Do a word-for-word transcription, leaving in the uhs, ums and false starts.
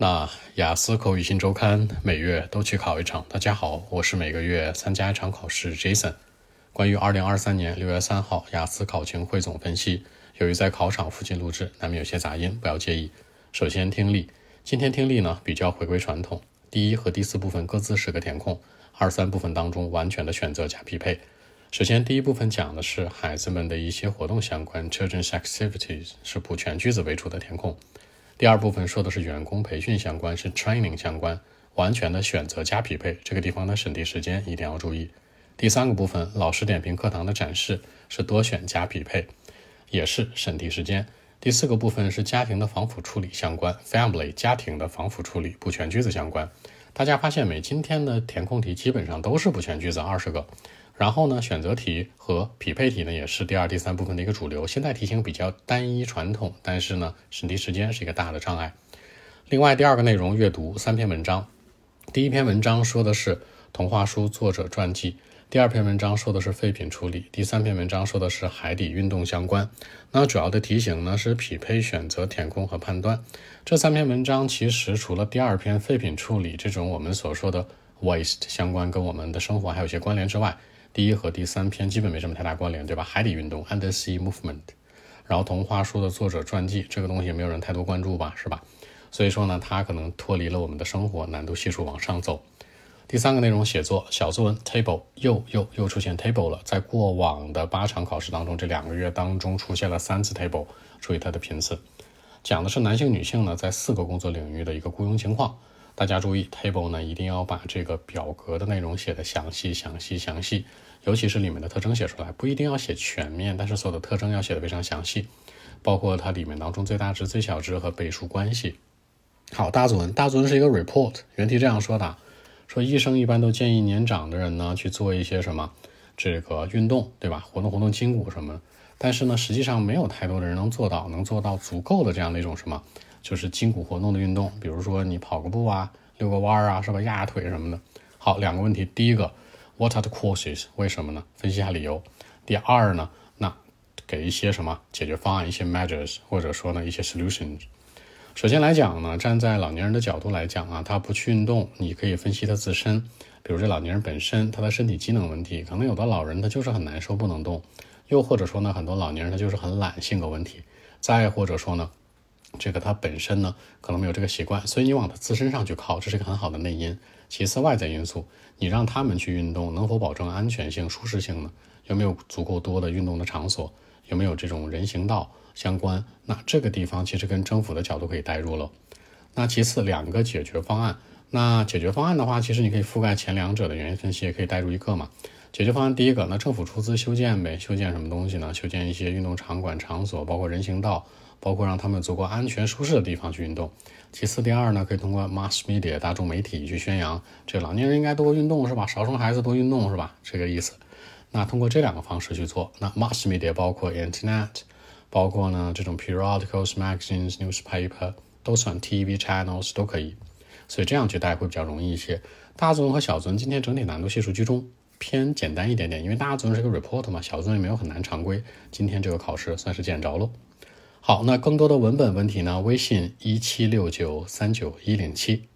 那雅思口语新周刊每月都去考一场。大家好，我是每个月参加一场考试 Jason。 关于二零二三年六月三号雅思考情汇总分析，由于在考场附近录制，难免有些杂音，不要介意。首先听力，今天听力呢比较回归传统，第一和第四部分各自是个填空，二三部分当中完全的选择加匹配。首先第一部分讲的是孩子们的一些活动相关 Children's Activities， 是补全句子为主的填空。第二部分说的是员工培训相关，是 training 相关，完全的选择加匹配，这个地方的审题时间一定要注意。第三个部分老师点评课堂的展示，是多选加匹配，也是审题时间。第四个部分是家庭的防腐处理相关 family 家庭的防腐处理补全句子相关。大家发现没，今天的填空题基本上都是补全句子二十个，然后呢选择题和匹配题呢也是第二第三部分的一个主流。现在题型比较单一传统，但是呢审题时间是一个大的障碍。另外第二个内容阅读三篇文章，第一篇文章说的是童话书作者传记，第二篇文章说的是废品处理，第三篇文章说的是海底运动相关。那主要的题型呢是匹配、选择、填空和判断。这三篇文章其实除了第二篇废品处理这种我们所说的 waste 相关，跟我们的生活还有一些关联之外，第一和第三篇基本没什么太大关联，对吧？海底运动 Undersea Movement， 然后童话书的作者传记，这个东西没有人太多关注吧，是吧？所以说呢它可能脱离了我们的生活，难度系数往上走。第三个内容写作小作文 table， 又又又出现 table 了，在过往的八场考试当中，这两个月当中出现了三次 table， 注意它的频次。讲的是男性女性呢在四个工作领域的一个雇佣情况。大家注意 table 呢一定要把这个表格的内容写得详细详细详细，尤其是里面的特征写出来，不一定要写全面，但是所有的特征要写得非常详细，包括它里面当中最大值、最小值和倍数关系。好，大作文，大作文是一个 report， 原题这样说的，说医生一般都建议年长的人呢去做一些什么这个运动，对吧？活动活动筋骨什么的。但是呢实际上没有太多的人能做到能做到足够的这样的一种什么就是筋骨活动的运动，比如说你跑个步啊，遛个弯啊，是吧？压压腿什么的。好，两个问题，第一个 What are the causes？ 为什么呢？分析一下理由。第二呢，那给一些什么解决方案，一些 measures， 或者说呢一些 solutions。首先来讲呢，站在老年人的角度来讲啊，他不去运动，你可以分析他自身，比如这老年人本身他的身体机能问题，可能有的老人他就是很难受不能动，又或者说呢很多老年人他就是很懒性格问题，再或者说呢这个他本身呢可能没有这个习惯，所以你往他自身上去靠，这是一个很好的内因。其次外在因素，你让他们去运动，能否保证安全性、舒适性呢？有没有足够多的运动的场所？有没有这种人行道相关？那这个地方其实跟政府的角度可以带入了。那其次两个解决方案，那解决方案的话，其实你可以覆盖前两者的原因分析，也可以带入一个嘛。解决方案第一个，那政府出资修建呗，修建什么东西呢？修建一些运动场馆场所，包括人行道，包括让他们足够安全舒适的地方去运动。其次第二呢，可以通过 mass media 大众媒体去宣扬这个老年人应该多运动，是吧？少生孩子多运动，是吧？这个意思。那通过这两个方式去做，那 mass media 包括 internet， 包括呢这种 periodicals magazines newspaper 都算 T V channels 都可以，所以这样去带会比较容易一些。大作文和小作文今天整体难度系数居中，偏简单一点点，因为大作文是个 report 嘛，小作文也没有很难常规，今天这个考试算是见着咯。好，那更多的文本问题呢，微信一七六九三九一零七。